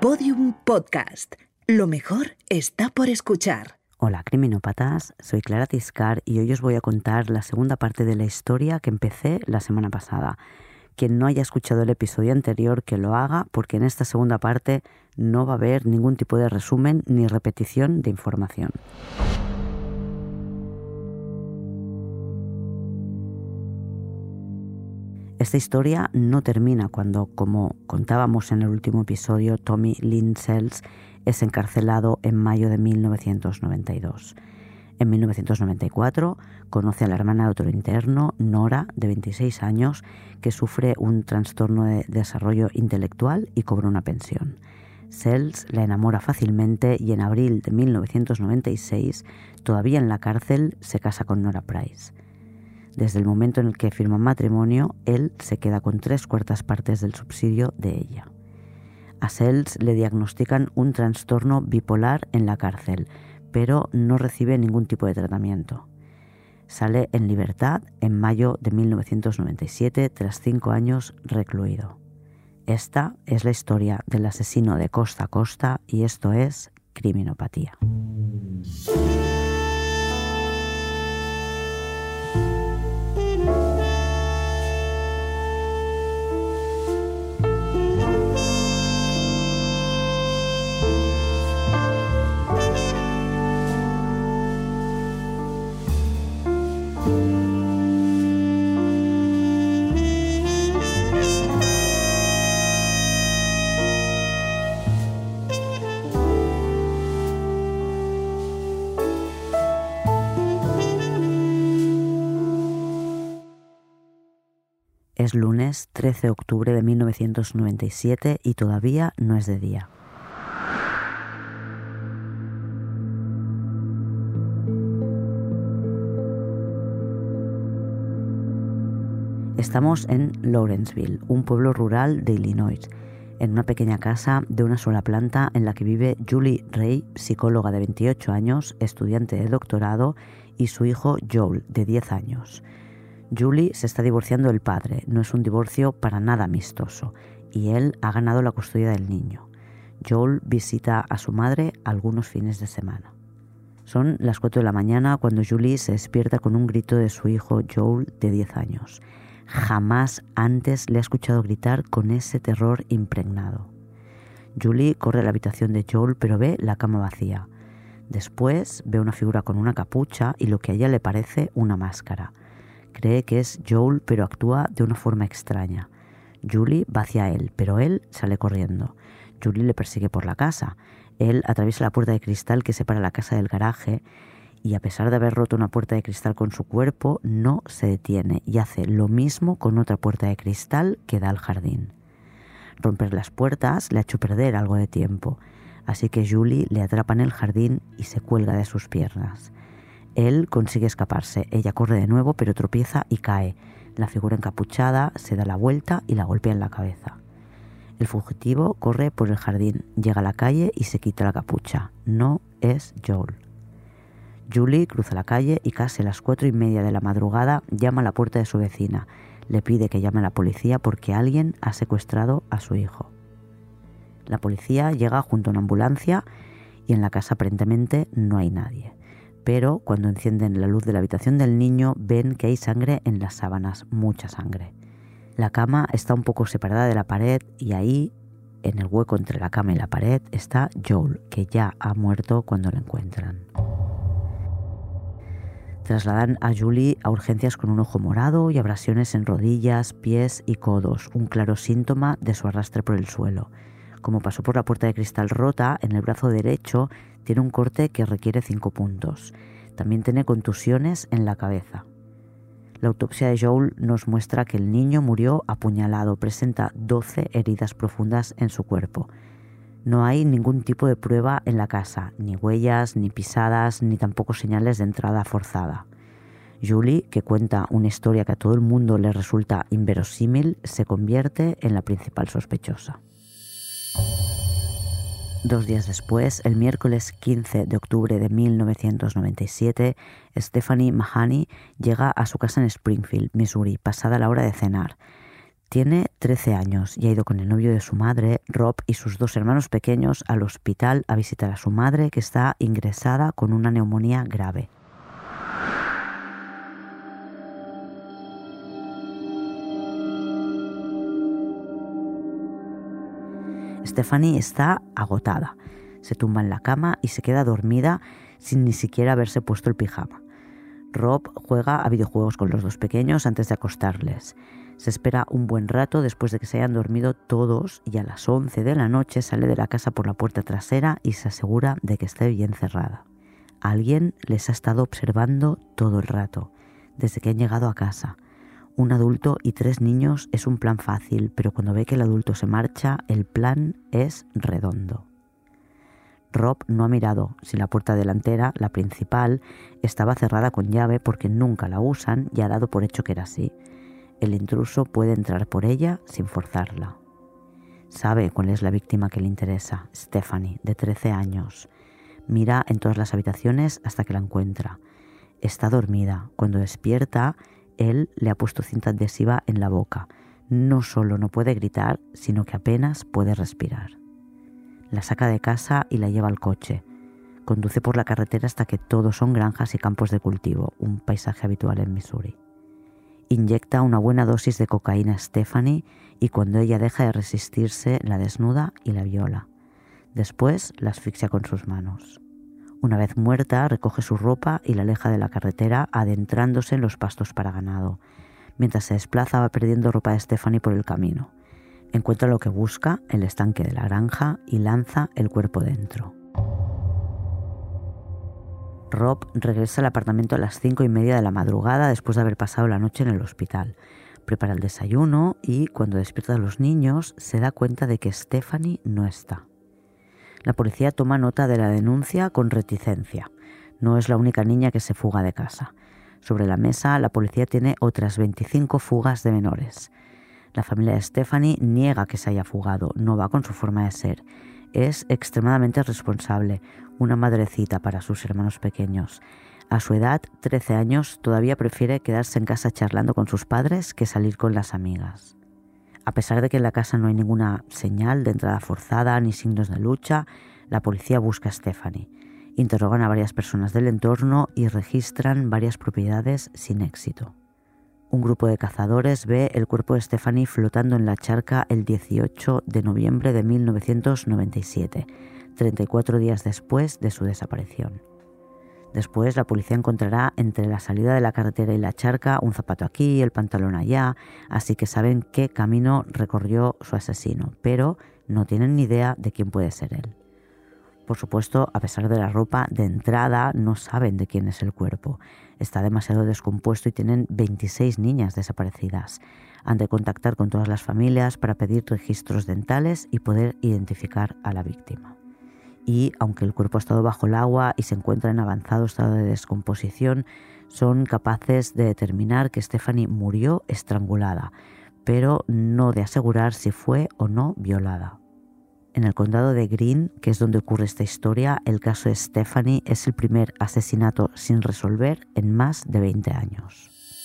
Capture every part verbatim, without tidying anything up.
Podium Podcast. Lo mejor está por escuchar. Hola, criminópatas. Soy Clara Tiscar y hoy os voy a contar la segunda parte de la historia que empecé la semana pasada. Quien no haya escuchado el episodio anterior, que lo haga, porque en esta segunda parte no va a haber ningún tipo de resumen ni repetición de información. Esta historia no termina cuando, como contábamos en el último episodio, Tommy Lynn Sells es encarcelado en mayo de mil novecientos noventa y dos. En mil novecientos noventa y cuatro conoce a la hermana de otro interno, Nora, de veintiséis años, que sufre un trastorno de desarrollo intelectual y cobra una pensión. Sells la enamora fácilmente y en abril de mil novecientos noventa y seis, todavía en la cárcel, se casa con Nora Price. Desde el momento en el que firman matrimonio, él se queda con tres cuartas partes del subsidio de ella. A Sells le diagnostican un trastorno bipolar en la cárcel, pero no recibe ningún tipo de tratamiento. Sale en libertad en mayo de mil novecientos noventa y siete, tras cinco años recluido. Esta es la historia del asesino de costa a costa y esto es Criminopatía. Es lunes trece de octubre de mil novecientos noventa y siete y todavía no es de día. Estamos en Lawrenceville, un pueblo rural de Illinois, en una pequeña casa de una sola planta en la que vive Julie Ray, psicóloga de veintiocho años, estudiante de doctorado, y su hijo Joel, de diez años. Julie se está divorciando del padre, no es un divorcio para nada amistoso, y él ha ganado la custodia del niño. Joel visita a su madre algunos fines de semana. Son las cuatro de la mañana cuando Julie se despierta con un grito de su hijo Joel, de diez años. Jamás antes le ha escuchado gritar con ese terror impregnado. Julie corre a la habitación de Joel, pero ve la cama vacía. Después ve una figura con una capucha y lo que a ella le parece una máscara. Cree que es Joel, pero actúa de una forma extraña. Julie va hacia él, pero él sale corriendo. Julie le persigue por la casa. Él atraviesa la puerta de cristal que separa la casa del garaje y, a pesar de haber roto una puerta de cristal con su cuerpo, no se detiene y hace lo mismo con otra puerta de cristal que da al jardín. Romper las puertas le ha hecho perder algo de tiempo, así que Julie le atrapa en el jardín y se cuelga de sus piernas. Él consigue escaparse, ella corre de nuevo pero tropieza y cae. La figura encapuchada se da la vuelta y la golpea en la cabeza. El fugitivo corre por el jardín, llega a la calle y se quita la capucha. No es Joel. Julie cruza la calle y casi a las cuatro y media de la madrugada llama a la puerta de su vecina. Le pide que llame a la policía porque alguien ha secuestrado a su hijo. La policía llega junto a una ambulancia y en la casa aparentemente no hay nadie. Pero cuando encienden la luz de la habitación del niño ven que hay sangre en las sábanas, mucha sangre. La cama está un poco separada de la pared y ahí, en el hueco entre la cama y la pared, está Joel, que ya ha muerto cuando lo encuentran. Trasladan a Julie a urgencias con un ojo morado y abrasiones en rodillas, pies y codos, un claro síntoma de su arrastre por el suelo. Como pasó por la puerta de cristal rota, en el brazo derecho tiene un corte que requiere cinco puntos. También tiene contusiones en la cabeza. La autopsia de Joel nos muestra que el niño murió apuñalado, presenta doce heridas profundas en su cuerpo. No hay ningún tipo de prueba en la casa, ni huellas, ni pisadas, ni tampoco señales de entrada forzada. Julie, que cuenta una historia que a todo el mundo le resulta inverosímil, se convierte en la principal sospechosa. Dos días después, el miércoles quince de octubre de mil novecientos noventa y siete, Stephanie Mahoney llega a su casa en Springfield, Missouri, pasada la hora de cenar. Tiene trece años y ha ido con el novio de su madre, Rob, y sus dos hermanos pequeños al hospital a visitar a su madre, que está ingresada con una neumonía grave. Stephanie está agotada. Se tumba en la cama y se queda dormida sin ni siquiera haberse puesto el pijama. Rob juega a videojuegos con los dos pequeños antes de acostarles. Se espera un buen rato después de que se hayan dormido todos y a las once de la noche sale de la casa por la puerta trasera y se asegura de que esté bien cerrada. Alguien les ha estado observando todo el rato, desde que han llegado a casa. Un adulto y tres niños es un plan fácil, pero cuando ve que el adulto se marcha, el plan es redondo. Rob no ha mirado si la puerta delantera, la principal, estaba cerrada con llave porque nunca la usan y ha dado por hecho que era así. El intruso puede entrar por ella sin forzarla. Sabe cuál es la víctima que le interesa, Stephanie, de trece años. Mira en todas las habitaciones hasta que la encuentra. Está dormida. Cuando despierta, él le ha puesto cinta adhesiva en la boca. No solo no puede gritar, sino que apenas puede respirar. La saca de casa y la lleva al coche. Conduce por la carretera hasta que todo son granjas y campos de cultivo, un paisaje habitual en Missouri. Inyecta una buena dosis de cocaína a Stephanie y cuando ella deja de resistirse, la desnuda y la viola. Después la asfixia con sus manos. Una vez muerta, recoge su ropa y la aleja de la carretera, adentrándose en los pastos para ganado. Mientras se desplaza, va perdiendo ropa de Stephanie por el camino. Encuentra lo que busca, el estanque de la granja, y lanza el cuerpo dentro. Rob regresa al apartamento a las cinco y media de la madrugada después de haber pasado la noche en el hospital. Prepara el desayuno y, cuando despierta a los niños, se da cuenta de que Stephanie no está. La policía toma nota de la denuncia con reticencia. No es la única niña que se fuga de casa. Sobre la mesa, la policía tiene otras veinticinco fugas de menores. La familia de Stephanie niega que se haya fugado, no va con su forma de ser. Es extremadamente responsable, una madrecita para sus hermanos pequeños. A su edad, trece años, todavía prefiere quedarse en casa charlando con sus padres que salir con las amigas. A pesar de que en la casa no hay ninguna señal de entrada forzada ni signos de lucha, la policía busca a Stephanie. Interrogan a varias personas del entorno y registran varias propiedades sin éxito. Un grupo de cazadores ve el cuerpo de Stephanie flotando en la charca el dieciocho de noviembre de mil novecientos noventa y siete, treinta y cuatro días después de su desaparición. Después, la policía encontrará entre la salida de la carretera y la charca un zapato aquí, el pantalón allá, así que saben qué camino recorrió su asesino, pero no tienen ni idea de quién puede ser él. Por supuesto, a pesar de la ropa, de entrada no saben de quién es el cuerpo. Está demasiado descompuesto y tienen veintiséis niñas desaparecidas. Han de contactar con todas las familias para pedir registros dentales y poder identificar a la víctima. Y, aunque el cuerpo ha estado bajo el agua y se encuentra en avanzado estado de descomposición, son capaces de determinar que Stephanie murió estrangulada, pero no de asegurar si fue o no violada. En el condado de Greene, que es donde ocurre esta historia, el caso de Stephanie es el primer asesinato sin resolver en más de veinte años.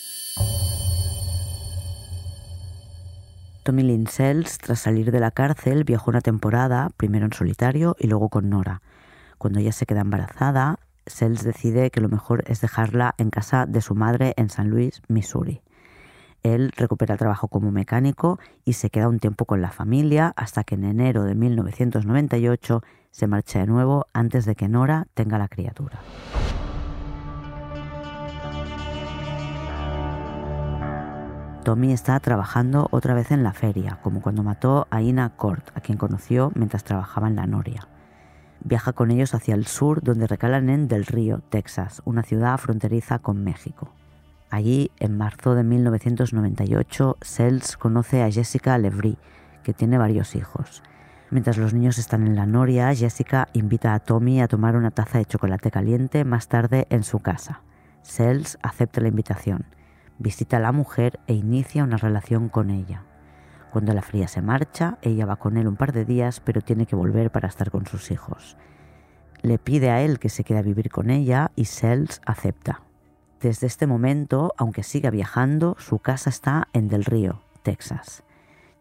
Tommy Lynn Sells, tras salir de la cárcel, viajó una temporada, primero en solitario y luego con Nora. Cuando ella se queda embarazada, Sells decide que lo mejor es dejarla en casa de su madre en San Luis, Missouri. Él recupera el trabajo como mecánico y se queda un tiempo con la familia hasta que en enero de mil novecientos noventa y ocho se marcha de nuevo antes de que Nora tenga la criatura. Tommy está trabajando otra vez en la feria, como cuando mató a Ina Cort, a quien conoció mientras trabajaba en la noria. Viaja con ellos hacia el sur, donde recalan en Del Río, Texas, una ciudad fronteriza con México. Allí, en marzo de mil novecientos noventa y ocho, Sells conoce a Jessica Levry, que tiene varios hijos. Mientras los niños están en la noria, Jessica invita a Tommy a tomar una taza de chocolate caliente más tarde en su casa. Sells acepta la invitación, visita a la mujer e inicia una relación con ella. Cuando la fría se marcha, ella va con él un par de días, pero tiene que volver para estar con sus hijos. Le pide a él que se quede a vivir con ella y Sells acepta. Desde este momento, aunque siga viajando, su casa está en Del Río, Texas.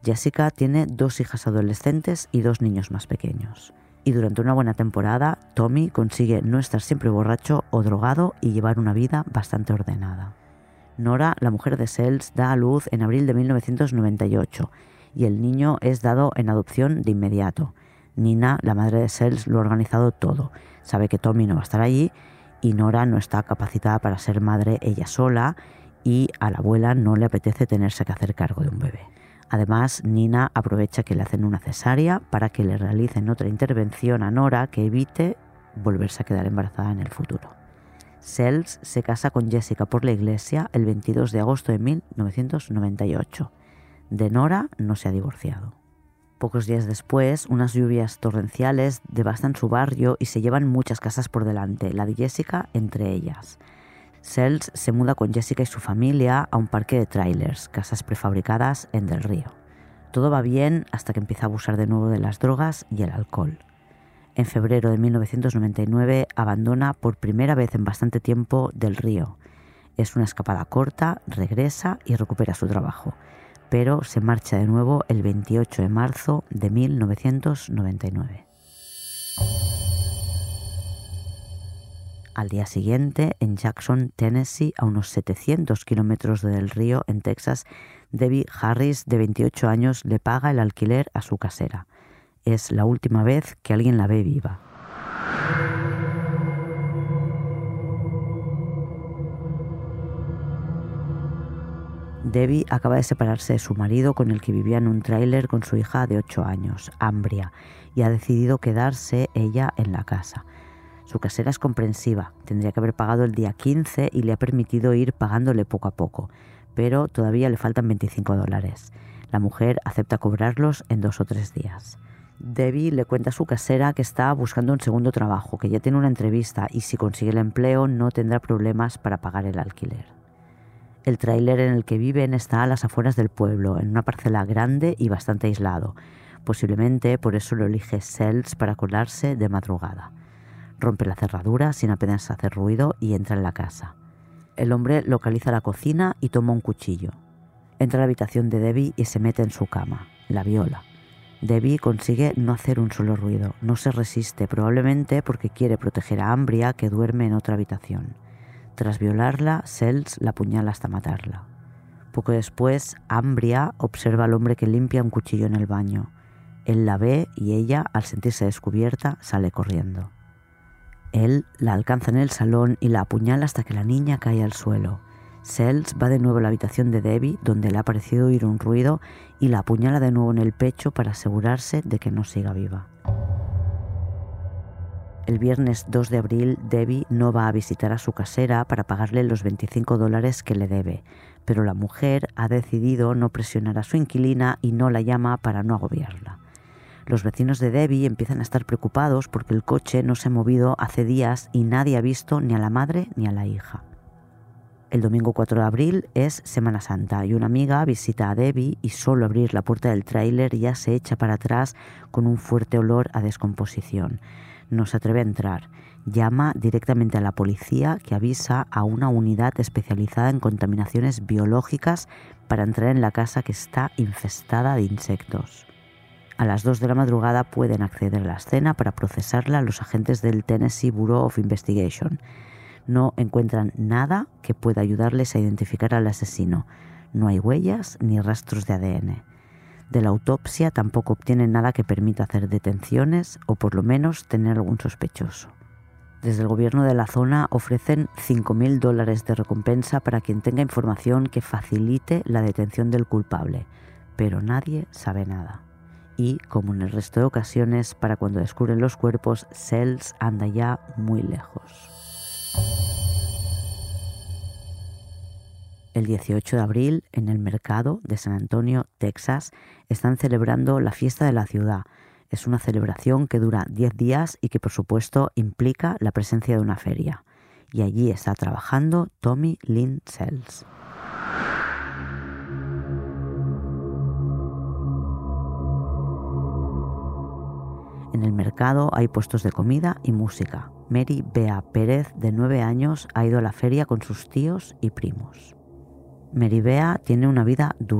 Jessica tiene dos hijas adolescentes y dos niños más pequeños. Y durante una buena temporada, Tommy consigue no estar siempre borracho o drogado y llevar una vida bastante ordenada. Nora, la mujer de Sells, da a luz en abril de mil novecientos noventa y ocho y el niño es dado en adopción de inmediato. Nina, la madre de Sells, lo ha organizado todo. Sabe que Tommy no va a estar allí y Nora no está capacitada para ser madre ella sola y a la abuela no le apetece tenerse que hacer cargo de un bebé. Además, Nina aprovecha que le hacen una cesárea para que le realicen otra intervención a Nora que evite volverse a quedar embarazada en el futuro. Sells se casa con Jessica por la iglesia el veintidós de agosto de mil novecientos noventa y ocho. De Nora no se ha divorciado. Pocos días después, unas lluvias torrenciales devastan su barrio y se llevan muchas casas por delante, la de Jessica entre ellas. Sells se muda con Jessica y su familia a un parque de trailers, casas prefabricadas en Del Río. Todo va bien hasta que empieza a abusar de nuevo de las drogas y el alcohol. En febrero de mil novecientos noventa y nueve abandona por primera vez en bastante tiempo Del Río. Es una escapada corta, regresa y recupera su trabajo, pero se marcha de nuevo el veintiocho de marzo de mil novecientos noventa y nueve. Al día siguiente, en Jackson, Tennessee, a unos setecientos kilómetros de Del Río, en Texas, Debbie Harris, de veintiocho años, le paga el alquiler a su casera. Es la última vez que alguien la ve viva. Debbie acaba de separarse de su marido, con el que vivía en un tráiler con su hija de ocho años, Ambria, y ha decidido quedarse ella en la casa. Su casera es comprensiva, tendría que haber pagado el día quince y le ha permitido ir pagándole poco a poco, pero todavía le faltan veinticinco dólares. La mujer acepta cobrarlos en dos o tres días. Debbie le cuenta a su casera que está buscando un segundo trabajo, que ya tiene una entrevista y si consigue el empleo no tendrá problemas para pagar el alquiler. El tráiler en el que viven está a las afueras del pueblo, en una parcela grande y bastante aislado. Posiblemente por eso lo elige Sells para colarse de madrugada. Rompe la cerradura sin apenas hacer ruido y entra en la casa. El hombre localiza la cocina y toma un cuchillo. Entra a la habitación de Debbie y se mete en su cama. La viola. Debbie consigue no hacer un solo ruido. No se resiste, probablemente porque quiere proteger a Ambria, que duerme en otra habitación. Tras violarla, Sells la apuñala hasta matarla. Poco después, Ambria observa al hombre que limpia un cuchillo en el baño. Él la ve y ella, al sentirse descubierta, sale corriendo. Él la alcanza en el salón y la apuñala hasta que la niña cae al suelo. Sells va de nuevo a la habitación de Debbie, donde le ha parecido oír un ruido, y la apuñala de nuevo en el pecho para asegurarse de que no siga viva. El viernes dos de abril, Debbie no va a visitar a su casera para pagarle los veinticinco dólares que le debe, pero la mujer ha decidido no presionar a su inquilina y no la llama para no agobiarla. Los vecinos de Debbie empiezan a estar preocupados porque el coche no se ha movido hace días y nadie ha visto ni a la madre ni a la hija. El domingo cuatro de abril es Semana Santa y una amiga visita a Debbie y solo abrir la puerta del tráiler ya se echa para atrás con un fuerte olor a descomposición. No se atreve a entrar. Llama directamente a la policía, que avisa a una unidad especializada en contaminaciones biológicas para entrar en la casa, que está infestada de insectos. A las dos de la madrugada pueden acceder a la escena para procesarla los agentes del Tennessee Bureau of Investigation. No encuentran nada que pueda ayudarles a identificar al asesino. No hay huellas ni rastros de A D N. De la autopsia tampoco obtienen nada que permita hacer detenciones o por lo menos tener algún sospechoso. Desde el gobierno de la zona ofrecen cinco mil dólares de recompensa para quien tenga información que facilite la detención del culpable, pero nadie sabe nada. Y, como en el resto de ocasiones, para cuando descubren los cuerpos, Sells anda ya muy lejos. El dieciocho de abril, en el mercado de San Antonio, Texas, están celebrando la fiesta de la ciudad. Es una celebración que dura diez días y que, por supuesto, implica la presencia de una feria. Y allí está trabajando Tommy Lynn Sells. En el mercado hay puestos de comida y música. Mary Bea Pérez, de nueve años, ha ido a la feria con sus tíos y primos. Mary Bea tiene una vida dura.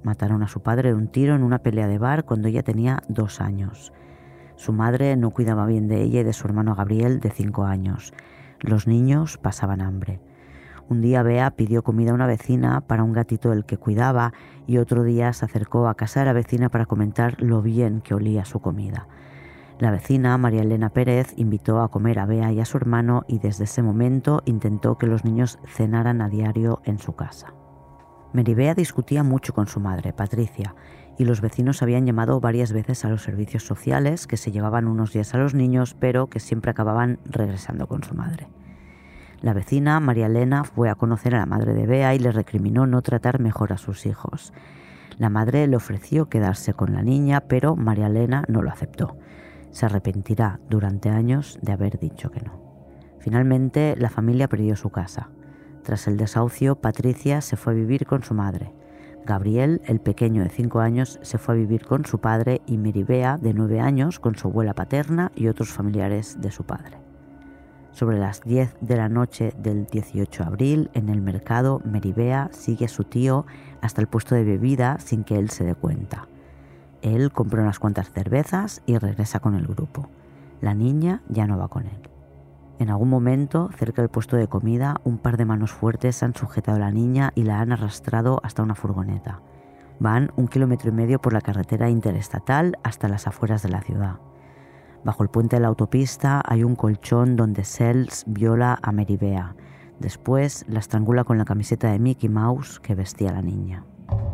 Mataron a su padre de un tiro en una pelea de bar cuando ella tenía dos años. Su madre no cuidaba bien de ella y de su hermano Gabriel, de cinco años. Los niños pasaban hambre. Un día Bea pidió comida a una vecina para un gatito del que cuidaba y otro día se acercó a casa de la vecina para comentar lo bien que olía su comida. La vecina, María Elena Pérez, invitó a comer a Bea y a su hermano y desde ese momento intentó que los niños cenaran a diario en su casa. Meribea discutía mucho con su madre, Patricia, y los vecinos habían llamado varias veces a los servicios sociales, que se llevaban unos días a los niños, pero que siempre acababan regresando con su madre. La vecina, María Elena, fue a conocer a la madre de Bea y le recriminó no tratar mejor a sus hijos. La madre le ofreció quedarse con la niña, pero María Elena no lo aceptó. Se arrepentirá durante años de haber dicho que no. Finalmente, la familia perdió su casa. Tras el desahucio, Patricia se fue a vivir con su madre. Gabriel, el pequeño de cinco años, se fue a vivir con su padre y Meribea, de nueve años, con su abuela paterna y otros familiares de su padre. Sobre las diez de la noche del dieciocho de abril, en el mercado, Meribea sigue a su tío hasta el puesto de bebida sin que él se dé cuenta. Él compra unas cuantas cervezas y regresa con el grupo. La niña ya no va con él. En algún momento, cerca del puesto de comida, un par de manos fuertes han sujetado a la niña y la han arrastrado hasta una furgoneta. Van un kilómetro y medio por la carretera interestatal hasta las afueras de la ciudad. Bajo el puente de la autopista hay un colchón donde Sells viola a Meribea. Después la estrangula con la camiseta de Mickey Mouse que vestía la niña.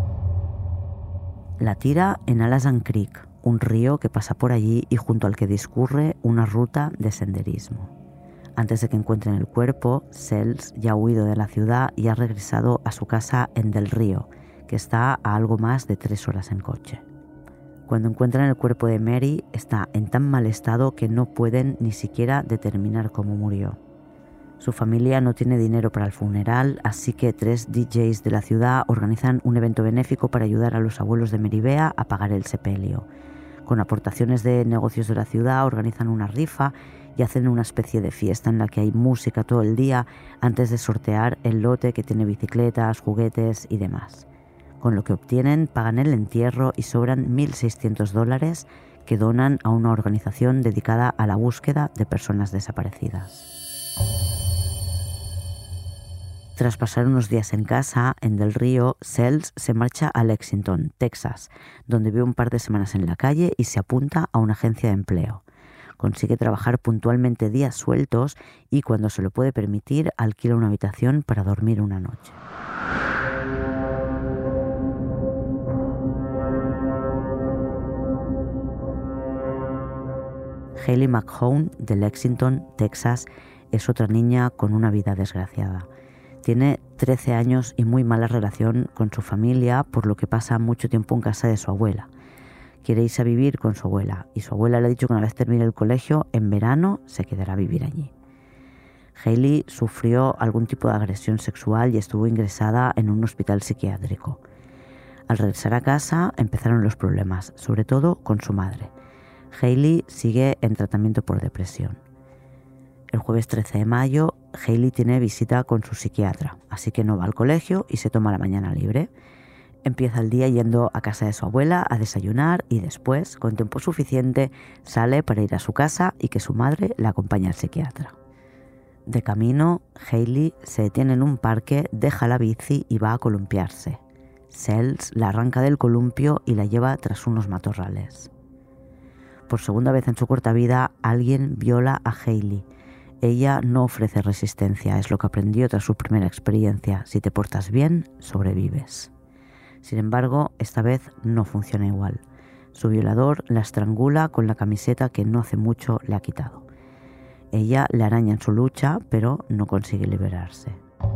La tira en Alasan Creek, un río que pasa por allí y junto al que discurre una ruta de senderismo. Antes de que encuentren el cuerpo, Sells ya ha huido de la ciudad y ha regresado a su casa en Del Río, que está a algo más de tres horas en coche. Cuando encuentran el cuerpo de Mary, está en tan mal estado que no pueden ni siquiera determinar cómo murió. Su familia no tiene dinero para el funeral, así que tres D Js de la ciudad organizan un evento benéfico para ayudar a los abuelos de Meribea a pagar el sepelio. Con aportaciones de negocios de la ciudad organizan una rifa y hacen una especie de fiesta en la que hay música todo el día antes de sortear el lote que tiene bicicletas, juguetes y demás. Con lo que obtienen pagan el entierro y sobran mil seiscientos dólares que donan a una organización dedicada a la búsqueda de personas desaparecidas. Tras pasar unos días en casa, en Del Río, Sells se marcha a Lexington, Texas, donde vive un par de semanas en la calle y se apunta a una agencia de empleo. Consigue trabajar puntualmente días sueltos y, cuando se lo puede permitir, alquila una habitación para dormir una noche. Hayley McHone, de Lexington, Texas, es otra niña con una vida desgraciada. Tiene trece años y muy mala relación con su familia, por lo que pasa mucho tiempo en casa de su abuela. Quiere irse a vivir con su abuela y su abuela le ha dicho que una vez termine el colegio, en verano se quedará a vivir allí. Hayley sufrió algún tipo de agresión sexual y estuvo ingresada en un hospital psiquiátrico. Al regresar a casa empezaron los problemas, sobre todo con su madre. Hayley sigue en tratamiento por depresión. El jueves trece de mayo, Hayley tiene visita con su psiquiatra, así que no va al colegio y se toma la mañana libre. Empieza el día yendo a casa de su abuela a desayunar y después, con tiempo suficiente, sale para ir a su casa y que su madre la acompañe al psiquiatra. De camino, Hayley se detiene en un parque, deja la bici y va a columpiarse. Sells la arranca del columpio y la lleva tras unos matorrales. Por segunda vez en su corta vida, alguien viola a Hayley. Ella no ofrece resistencia, es lo que aprendió tras su primera experiencia. Si te portas bien, sobrevives. Sin embargo, esta vez no funciona igual. Su violador la estrangula con la camiseta que no hace mucho le ha quitado. Ella le araña en su lucha, pero no consigue liberarse.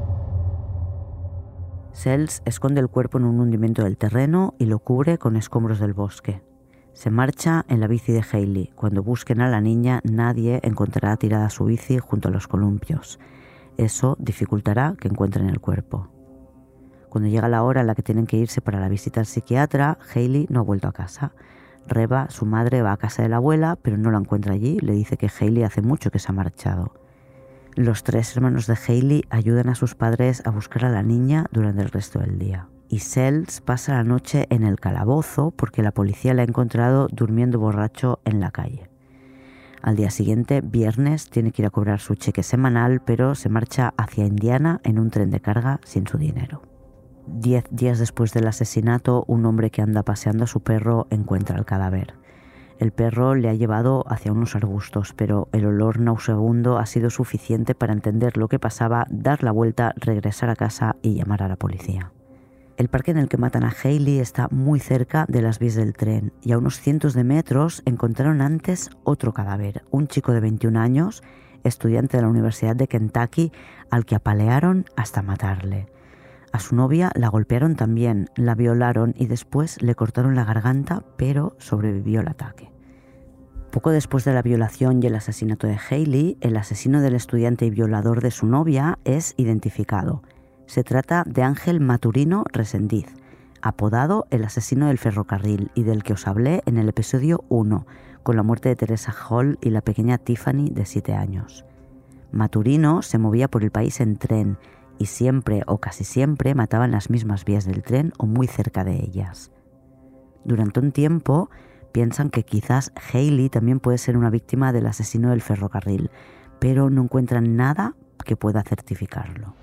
Sells esconde el cuerpo en un hundimiento del terreno y lo cubre con escombros del bosque. Se marcha en la bici de Hayley. Cuando busquen a la niña, nadie encontrará tirada su bici junto a los columpios. Eso dificultará que encuentren el cuerpo. Cuando llega la hora en la que tienen que irse para la visita al psiquiatra, Hayley no ha vuelto a casa. Reba, su madre, va a casa de la abuela, pero no la encuentra allí. Le dice que Hayley hace mucho que se ha marchado. Los tres hermanos de Hayley ayudan a sus padres a buscar a la niña durante el resto del día. y Sells pasa la noche en el calabozo porque la policía le ha encontrado durmiendo borracho en la calle. Al día siguiente, viernes, tiene que ir a cobrar su cheque semanal, pero se marcha hacia Indiana en un tren de carga sin su dinero. Diez días después del asesinato, un hombre que anda paseando a su perro encuentra el cadáver. El perro le ha llevado hacia unos arbustos, pero el olor nauseabundo ha sido suficiente para entender lo que pasaba, dar la vuelta, regresar a casa y llamar a la policía. El parque en el que matan a Hayley está muy cerca de las vías del tren y a unos cientos de metros encontraron antes otro cadáver, un chico de veintiún años, estudiante de la Universidad de Kentucky, al que apalearon hasta matarle. A su novia la golpearon también, la violaron y después le cortaron la garganta, pero sobrevivió el ataque. Poco después de la violación y el asesinato de Hayley, el asesino del estudiante y violador de su novia es identificado. Se trata de Ángel Maturino Resendiz, apodado el asesino del ferrocarril y del que os hablé en el episodio uno, con la muerte de Teresa Hall y la pequeña Tiffany de siete años. Maturino se movía por el país en tren y siempre o casi siempre mataba en las mismas vías del tren o muy cerca de ellas. Durante un tiempo piensan que quizás Hayley también puede ser una víctima del asesino del ferrocarril, pero no encuentran nada que pueda certificarlo.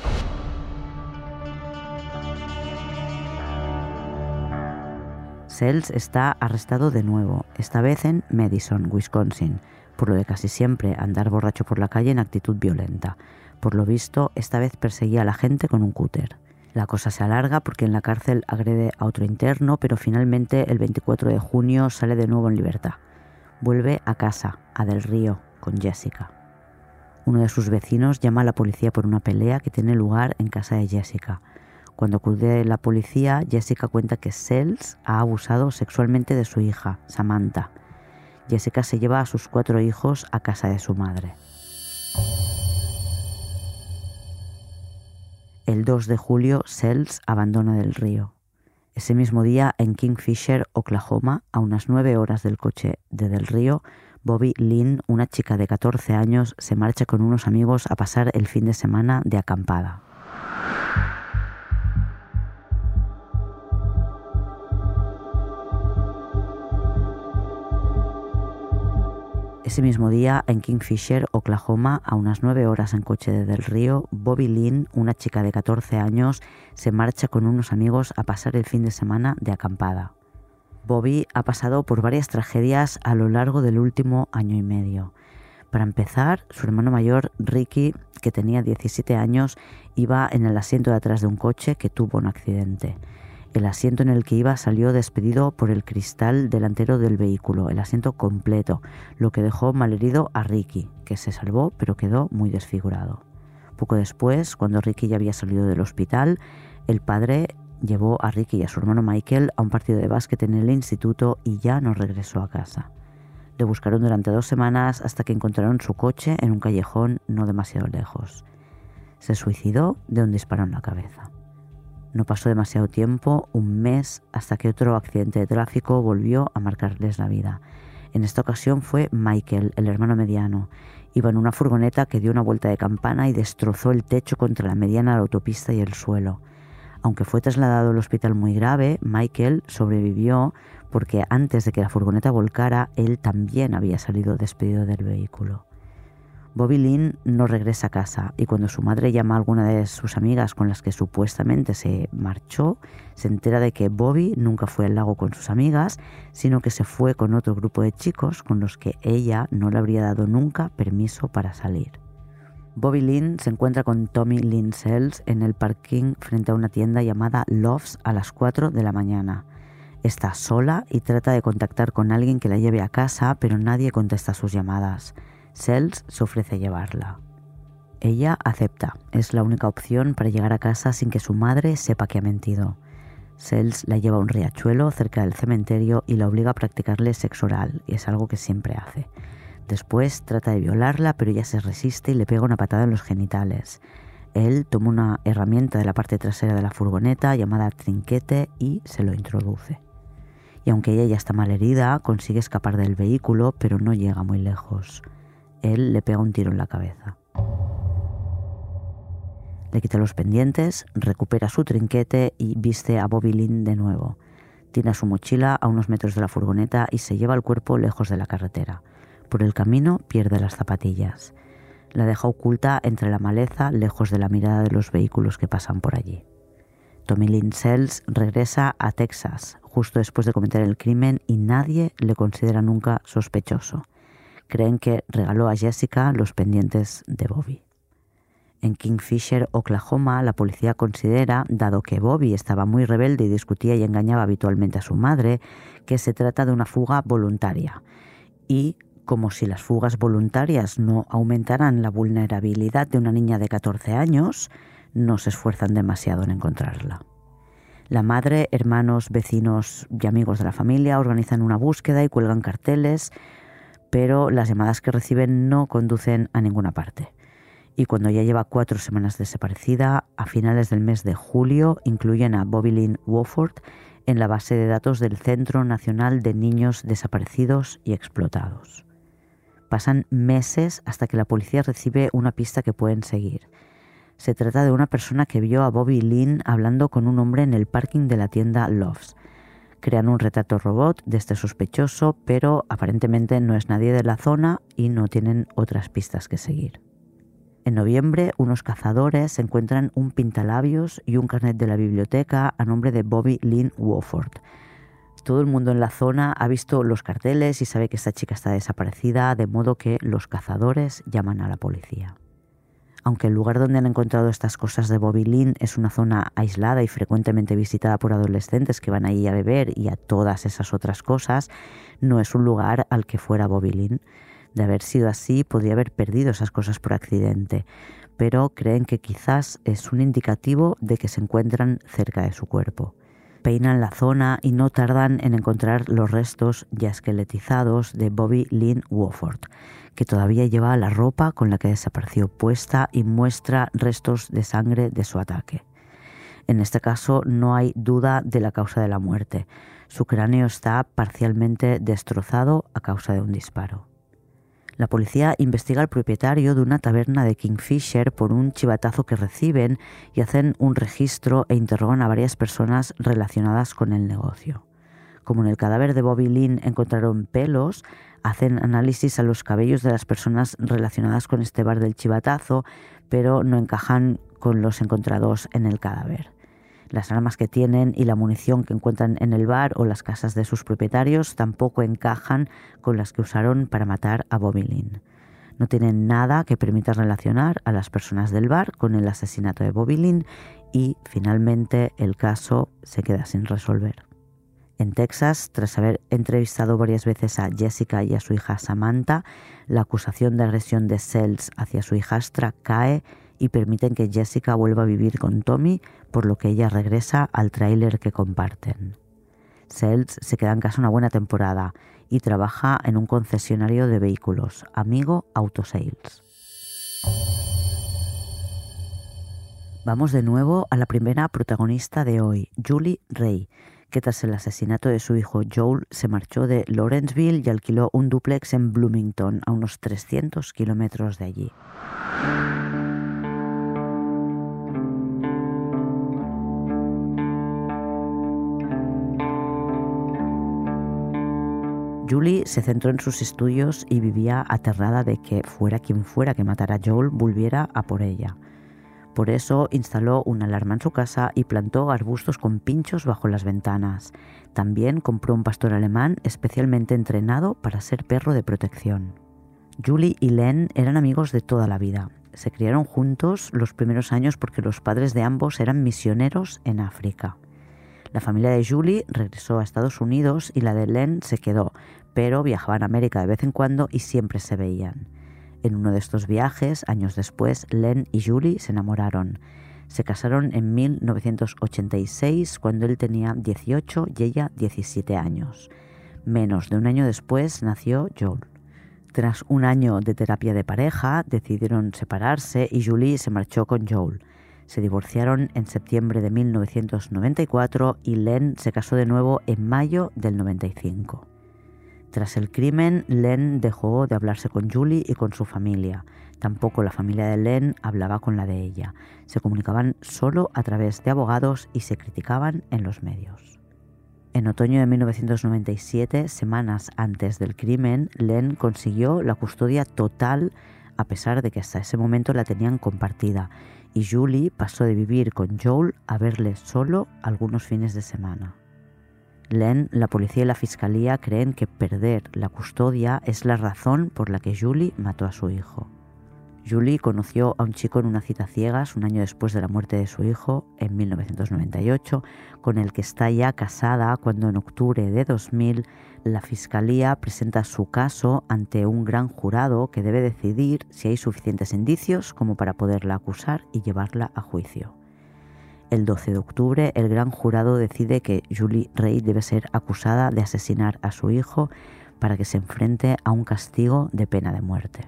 Sells está arrestado de nuevo, esta vez en Madison, Wisconsin, por lo de casi siempre andar borracho por la calle en actitud violenta. Por lo visto, esta vez perseguía a la gente con un cúter. La cosa se alarga porque en la cárcel agrede a otro interno, pero finalmente el veinticuatro de junio sale de nuevo en libertad. Vuelve a casa, a Del Río, con Jessica. Uno de sus vecinos llama a la policía por una pelea que tiene lugar en casa de Jessica. Cuando acude la policía, Jessica cuenta que Sells ha abusado sexualmente de su hija, Samantha. Jessica se lleva a sus cuatro hijos a casa de su madre. El dos de julio, Sells abandona Del Río. Ese mismo día, en Kingfisher, Oklahoma, a unas nueve horas del coche de Del Río, Bobby Lynn, una chica de catorce años, se marcha con unos amigos a pasar el fin de semana de acampada. Ese mismo día, en Kingfisher, Oklahoma, a unas nueve horas en coche de Del Río, Bobby Lynn, una chica de catorce años, se marcha con unos amigos a pasar el fin de semana de acampada. Bobby ha pasado por varias tragedias a lo largo del último año y medio. Para empezar, su hermano mayor, Ricky, que tenía diecisiete años, iba en el asiento de atrás de un coche que tuvo un accidente. El asiento en el que iba salió despedido por el cristal delantero del vehículo, el asiento completo, lo que dejó malherido a Ricky, que se salvó pero quedó muy desfigurado. Poco después, cuando Ricky ya había salido del hospital, el padre llevó a Ricky y a su hermano Michael a un partido de básquet en el instituto y ya no regresó a casa. Le buscaron durante dos semanas hasta que encontraron su coche en un callejón no demasiado lejos. Se suicidó de un disparo en la cabeza. No pasó demasiado tiempo, un mes, hasta que otro accidente de tráfico volvió a marcarles la vida. En esta ocasión fue Michael, el hermano mediano. Iba en una furgoneta que dio una vuelta de campana y destrozó el techo contra la mediana de la autopista y el suelo. Aunque fue trasladado al hospital muy grave, Michael sobrevivió porque antes de que la furgoneta volcara, él también había salido despedido del vehículo. Bobby Lynn no regresa a casa y cuando su madre llama a alguna de sus amigas con las que supuestamente se marchó, se entera de que Bobby nunca fue al lago con sus amigas, sino que se fue con otro grupo de chicos con los que ella no le habría dado nunca permiso para salir. Bobby Lynn se encuentra con Tommy Lynn Sells en el parking frente a una tienda llamada Love's a las cuatro de la mañana. Está sola y trata de contactar con alguien que la lleve a casa, pero nadie contesta sus llamadas. Sells se ofrece a llevarla. Ella acepta, es la única opción para llegar a casa sin que su madre sepa que ha mentido. Sells la lleva a un riachuelo cerca del cementerio y la obliga a practicarle sexo oral, y es algo que siempre hace. Después trata de violarla, pero ella se resiste y le pega una patada en los genitales. Él toma una herramienta de la parte trasera de la furgoneta llamada trinquete y se lo introduce. Y aunque ella ya está malherida, consigue escapar del vehículo, pero no llega muy lejos. Él le pega un tiro en la cabeza. Le quita los pendientes, recupera su trinquete y viste a Bobby Lynn de nuevo. Tira su mochila a unos metros de la furgoneta y se lleva el cuerpo lejos de la carretera. Por el camino pierde las zapatillas. La deja oculta entre la maleza, lejos de la mirada de los vehículos que pasan por allí. Tommy Lynn Sells regresa a Texas justo después de cometer el crimen y nadie le considera nunca sospechoso. Creen que regaló a Jessica los pendientes de Bobby. En Kingfisher, Oklahoma, la policía considera, dado que Bobby estaba muy rebelde y discutía y engañaba habitualmente a su madre, que se trata de una fuga voluntaria. Y, como si las fugas voluntarias no aumentaran la vulnerabilidad de una niña de catorce años, no se esfuerzan demasiado en encontrarla. La madre, hermanos, vecinos y amigos de la familia organizan una búsqueda y cuelgan carteles, pero las llamadas que reciben no conducen a ninguna parte. Y cuando ya lleva cuatro semanas desaparecida, a finales del mes de julio incluyen a Bobby Lynn Wofford en la base de datos del Centro Nacional de Niños Desaparecidos y Explotados. Pasan meses hasta que la policía recibe una pista que pueden seguir. Se trata de una persona que vio a Bobby Lynn hablando con un hombre en el parking de la tienda Love's. Crean un retrato robot de este sospechoso, pero aparentemente no es nadie de la zona y no tienen otras pistas que seguir. En noviembre, unos cazadores encuentran un pintalabios y un carnet de la biblioteca a nombre de Bobby Lynn Wofford. Todo el mundo en la zona ha visto los carteles y sabe que esta chica está desaparecida, de modo que los cazadores llaman a la policía. Aunque el lugar donde han encontrado estas cosas de Bobby Lynn es una zona aislada y frecuentemente visitada por adolescentes que van allí a beber y a todas esas otras cosas, no es un lugar al que fuera Bobby Lynn. De haber sido así, podría haber perdido esas cosas por accidente, pero creen que quizás es un indicativo de que se encuentran cerca de su cuerpo. Peinan la zona y no tardan en encontrar los restos ya esqueletizados de Bobby Lynn Wofford, que todavía lleva la ropa con la que desapareció puesta y muestra restos de sangre de su ataque. En este caso no hay duda de la causa de la muerte. Su cráneo está parcialmente destrozado a causa de un disparo. La policía investiga al propietario de una taberna de Kingfisher por un chivatazo que reciben y hacen un registro e interrogan a varias personas relacionadas con el negocio. Como en el cadáver de Bobby Lynn encontraron pelos, hacen análisis a los cabellos de las personas relacionadas con este bar del chivatazo, pero no encajan con los encontrados en el cadáver. Las armas que tienen y la munición que encuentran en el bar o las casas de sus propietarios tampoco encajan con las que usaron para matar a Bobby Lynn. No tienen nada que permita relacionar a las personas del bar con el asesinato de Bobby Lynn y, finalmente, el caso se queda sin resolver. En Texas, tras haber entrevistado varias veces a Jessica y a su hija Samantha, la acusación de agresión de Sells hacia su hijastra cae y permiten que Jessica vuelva a vivir con Tommy, por lo que ella regresa al tráiler que comparten. Sells se queda en casa una buena temporada y trabaja en un concesionario de vehículos, Amigo Auto Sales. Vamos de nuevo a la primera protagonista de hoy, Julie Ray, que tras el asesinato de su hijo Joel se marchó de Lawrenceville y alquiló un dúplex en Bloomington, a unos trescientos kilómetros de allí. Julie se centró en sus estudios y vivía aterrada de que fuera quien fuera que matara a Joel volviera a por ella. Por eso instaló una alarma en su casa y plantó arbustos con pinchos bajo las ventanas. También compró un pastor alemán especialmente entrenado para ser perro de protección. Julie y Len eran amigos de toda la vida. Se criaron juntos los primeros años porque los padres de ambos eran misioneros en África. La familia de Julie regresó a Estados Unidos y la de Len se quedó, pero viajaban a América de vez en cuando y siempre se veían. En uno de estos viajes, años después, Len y Julie se enamoraron. Se casaron en mil novecientos ochenta y seis, cuando él tenía dieciocho y ella diecisiete años. Menos de un año después nació Joel. Tras un año de terapia de pareja, decidieron separarse y Julie se marchó con Joel. Se divorciaron en septiembre de mil novecientos noventa y cuatro y Len se casó de nuevo en mayo del noventa y cinco. Tras el crimen, Len dejó de hablarse con Julie y con su familia. Tampoco la familia de Len hablaba con la de ella. Se comunicaban solo a través de abogados y se criticaban en los medios. En otoño de mil novecientos noventa y siete, semanas antes del crimen, Len consiguió la custodia total a pesar de que hasta ese momento la tenían compartida, y Julie pasó de vivir con Joel a verle solo algunos fines de semana. Len, la policía y la fiscalía creen que perder la custodia es la razón por la que Julie mató a su hijo. Julie conoció a un chico en una cita a ciegas un año después de la muerte de su hijo, en mil novecientos noventa y ocho, con el que está ya casada cuando en octubre de dos mil la Fiscalía presenta su caso ante un gran jurado que debe decidir si hay suficientes indicios como para poderla acusar y llevarla a juicio. El doce de octubre, el gran jurado decide que Julie Ray debe ser acusada de asesinar a su hijo para que se enfrente a un castigo de pena de muerte.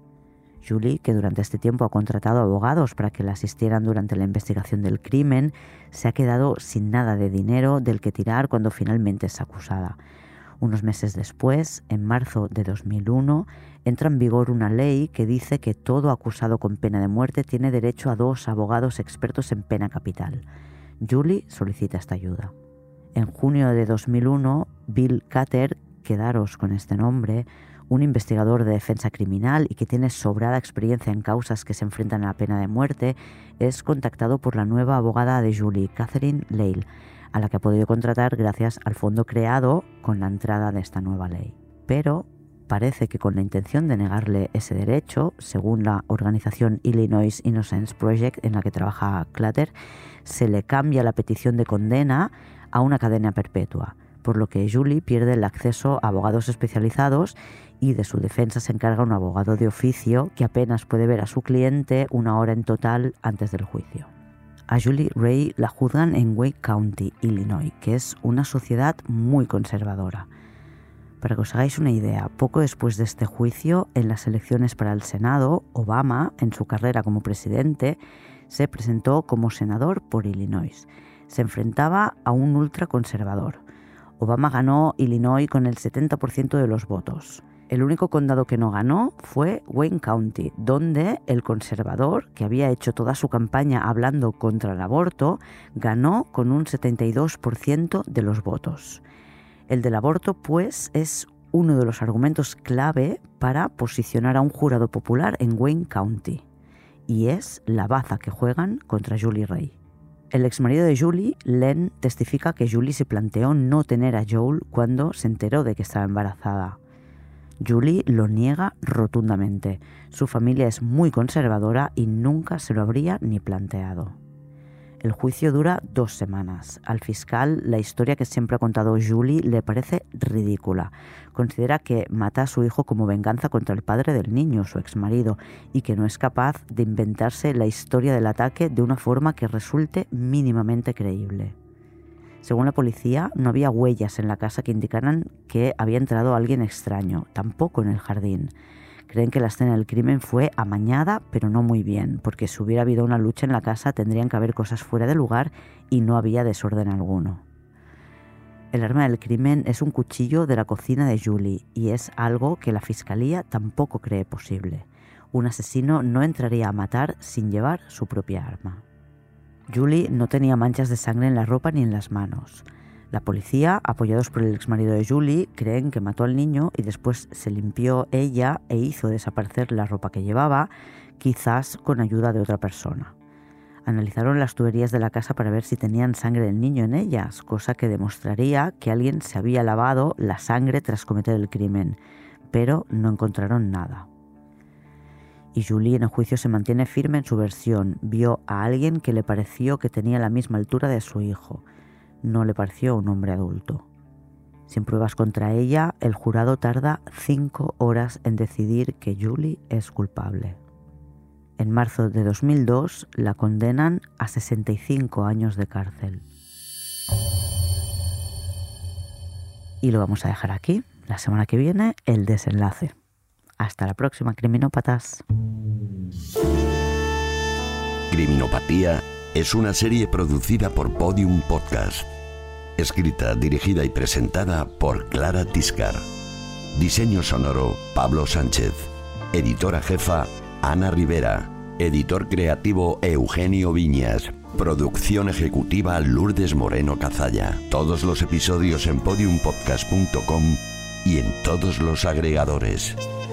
Julie, que durante este tiempo ha contratado abogados para que la asistieran durante la investigación del crimen, se ha quedado sin nada de dinero del que tirar cuando finalmente es acusada. Unos meses después, en marzo de dos mil uno, entra en vigor una ley que dice que todo acusado con pena de muerte tiene derecho a dos abogados expertos en pena capital. Julie solicita esta ayuda. En junio de dos mil uno, Bill Cutter, quedaros con este nombre, un investigador de defensa criminal y que tiene sobrada experiencia en causas que se enfrentan a la pena de muerte, es contactado por la nueva abogada de Julie, Catherine Lale, a la que ha podido contratar gracias al fondo creado con la entrada de esta nueva ley. Pero parece que con la intención de negarle ese derecho, según la organización Illinois Innocence Project en la que trabaja Clutter, se le cambia la petición de condena a una cadena perpetua, por lo que Julie pierde el acceso a abogados especializados y de su defensa se encarga un abogado de oficio que apenas puede ver a su cliente una hora en total antes del juicio. A Julie Ray la juzgan en Wake County, Illinois, que es una sociedad muy conservadora. Para que os hagáis una idea, poco después de este juicio, en las elecciones para el Senado, Obama, en su carrera como presidente, se presentó como senador por Illinois. Se enfrentaba a un ultraconservador. Obama ganó Illinois con el setenta por ciento de los votos. El único condado que no ganó fue Wayne County, donde el conservador, que había hecho toda su campaña hablando contra el aborto, ganó con un setenta y dos por ciento de los votos. El del aborto, pues, es uno de los argumentos clave para posicionar a un jurado popular en Wayne County, y es la baza que juegan contra Julie Ray. El exmarido de Julie, Len, testifica que Julie se planteó no tener a Joel cuando se enteró de que estaba embarazada. Julie lo niega rotundamente. Su familia es muy conservadora y nunca se lo habría ni planteado. El juicio dura dos semanas. Al fiscal, la historia que siempre ha contado Julie le parece ridícula. Considera que mata a su hijo como venganza contra el padre del niño, su exmarido, y que no es capaz de inventarse la historia del ataque de una forma que resulte mínimamente creíble. Según la policía, no había huellas en la casa que indicaran que había entrado alguien extraño, tampoco en el jardín. Creen que la escena del crimen fue amañada, pero no muy bien, porque si hubiera habido una lucha en la casa tendrían que haber cosas fuera de lugar y no había desorden alguno. El arma del crimen es un cuchillo de la cocina de Julie y es algo que la fiscalía tampoco cree posible. Un asesino no entraría a matar sin llevar su propia arma. Julie no tenía manchas de sangre en la ropa ni en las manos. La policía, apoyados por el exmarido de Julie, creen que mató al niño y después se limpió ella e hizo desaparecer la ropa que llevaba, quizás con ayuda de otra persona. Analizaron las tuberías de la casa para ver si tenían sangre del niño en ellas, cosa que demostraría que alguien se había lavado la sangre tras cometer el crimen, pero no encontraron nada. Y Julie en el juicio se mantiene firme en su versión. Vio a alguien que le pareció que tenía la misma altura de su hijo. No le pareció un hombre adulto. Sin pruebas contra ella, el jurado tarda cinco horas en decidir que Julie es culpable. En marzo de dos mil dos la condenan a sesenta y cinco años de cárcel. Y lo vamos a dejar aquí. La semana que viene, el desenlace. Hasta la próxima, criminópatas. Criminopatía es una serie producida por Podium Podcast. Escrita, dirigida y presentada por Clara Tiscar. Diseño sonoro, Pablo Sánchez. Editora jefa, Ana Rivera. Editor creativo Eugenio Viñas. Producción ejecutiva Lourdes Moreno Cazalla. Todos los episodios en podium podcast punto com y en todos los agregadores.